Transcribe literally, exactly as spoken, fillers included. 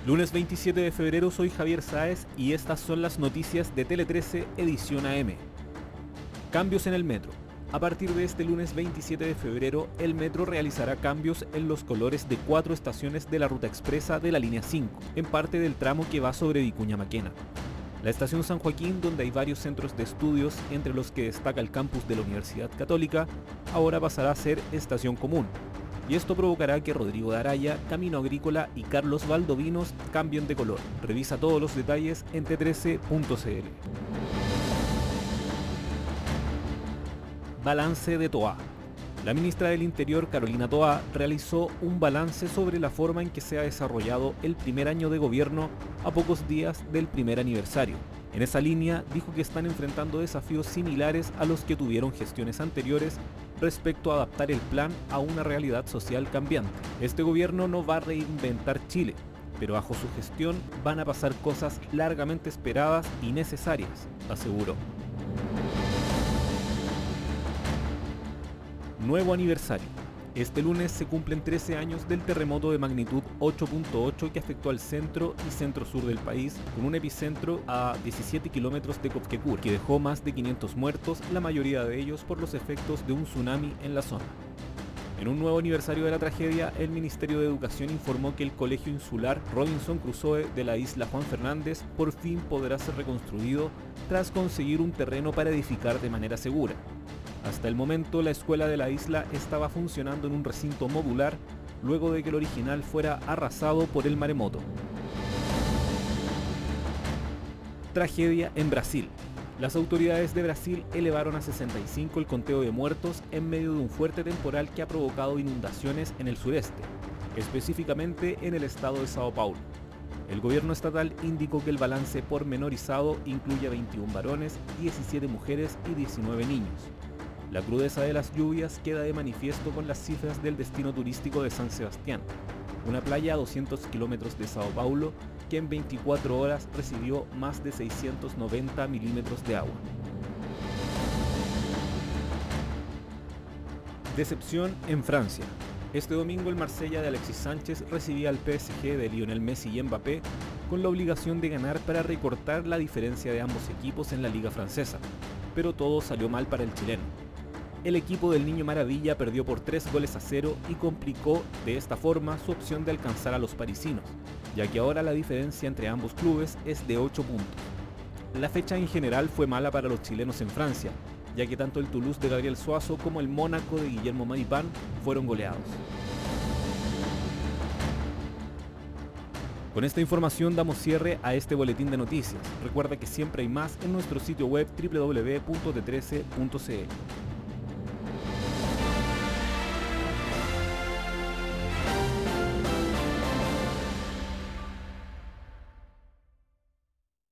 Lunes veintisiete de febrero, soy Javier Sáez y estas son las noticias de Tele trece Edición A M. Cambios en el metro. A partir de este lunes veintisiete de febrero, el metro realizará cambios en los colores de cuatro estaciones de la ruta expresa de la línea cinco, en parte del tramo que va sobre Vicuña Maquena. La estación San Joaquín, donde hay varios centros de estudios, entre los que destaca el campus de la Universidad Católica, ahora pasará a ser estación común. Y esto provocará que Rodrigo de Araya, Camino Agrícola y Carlos Valdovinos cambien de color. Revisa todos los detalles en T trece punto c l. Balance de Toa. La ministra del Interior, Carolina Toa, realizó un balance sobre la forma en que se ha desarrollado el primer año de gobierno a pocos días del primer aniversario. En esa línea, dijo que están enfrentando desafíos similares a los que tuvieron gestiones anteriores respecto a adaptar el plan a una realidad social cambiante. Este gobierno no va a reinventar Chile, pero bajo su gestión van a pasar cosas largamente esperadas y necesarias, aseguró. Nuevo aniversario. Este lunes se cumplen trece años del terremoto de magnitud ocho punto ocho que afectó al centro y centro-sur del país, con un epicentro a diecisiete kilómetros de Copquecura, que dejó más de quinientos muertos, la mayoría de ellos por los efectos de un tsunami en la zona. En un nuevo aniversario de la tragedia, el Ministerio de Educación informó que el Colegio Insular Robinson Crusoe de la isla Juan Fernández por fin podrá ser reconstruido tras conseguir un terreno para edificar de manera segura. Hasta el momento, la escuela de la isla estaba funcionando en un recinto modular luego de que el original fuera arrasado por el maremoto. Tragedia en Brasil. Las autoridades de Brasil elevaron a sesenta y cinco el conteo de muertos en medio de un fuerte temporal que ha provocado inundaciones en el sureste, específicamente en el estado de Sao Paulo. El gobierno estatal indicó que el balance pormenorizado incluye a veintiún varones, diecisiete mujeres y diecinueve niños. La crudeza de las lluvias queda de manifiesto con las cifras del destino turístico de San Sebastián, una playa a doscientos kilómetros de Sao Paulo que en veinticuatro horas recibió más de seiscientos noventa milímetros de agua. Decepción en Francia. Este domingo el Marsella de Alexis Sánchez recibía al P S G de Lionel Messi y Mbappé con la obligación de ganar para recortar la diferencia de ambos equipos en la liga francesa, pero todo salió mal para el chileno. El equipo del Niño Maravilla perdió por tres goles a cero y complicó de esta forma su opción de alcanzar a los parisinos, ya que ahora la diferencia entre ambos clubes es de ocho puntos. La fecha en general fue mala para los chilenos en Francia, ya que tanto el Toulouse de Gabriel Suazo como el Mónaco de Guillermo Maripán fueron goleados. Con esta información damos cierre a este boletín de noticias. Recuerda que siempre hay más en nuestro sitio web doble u doble u doble u punto t trece punto c l.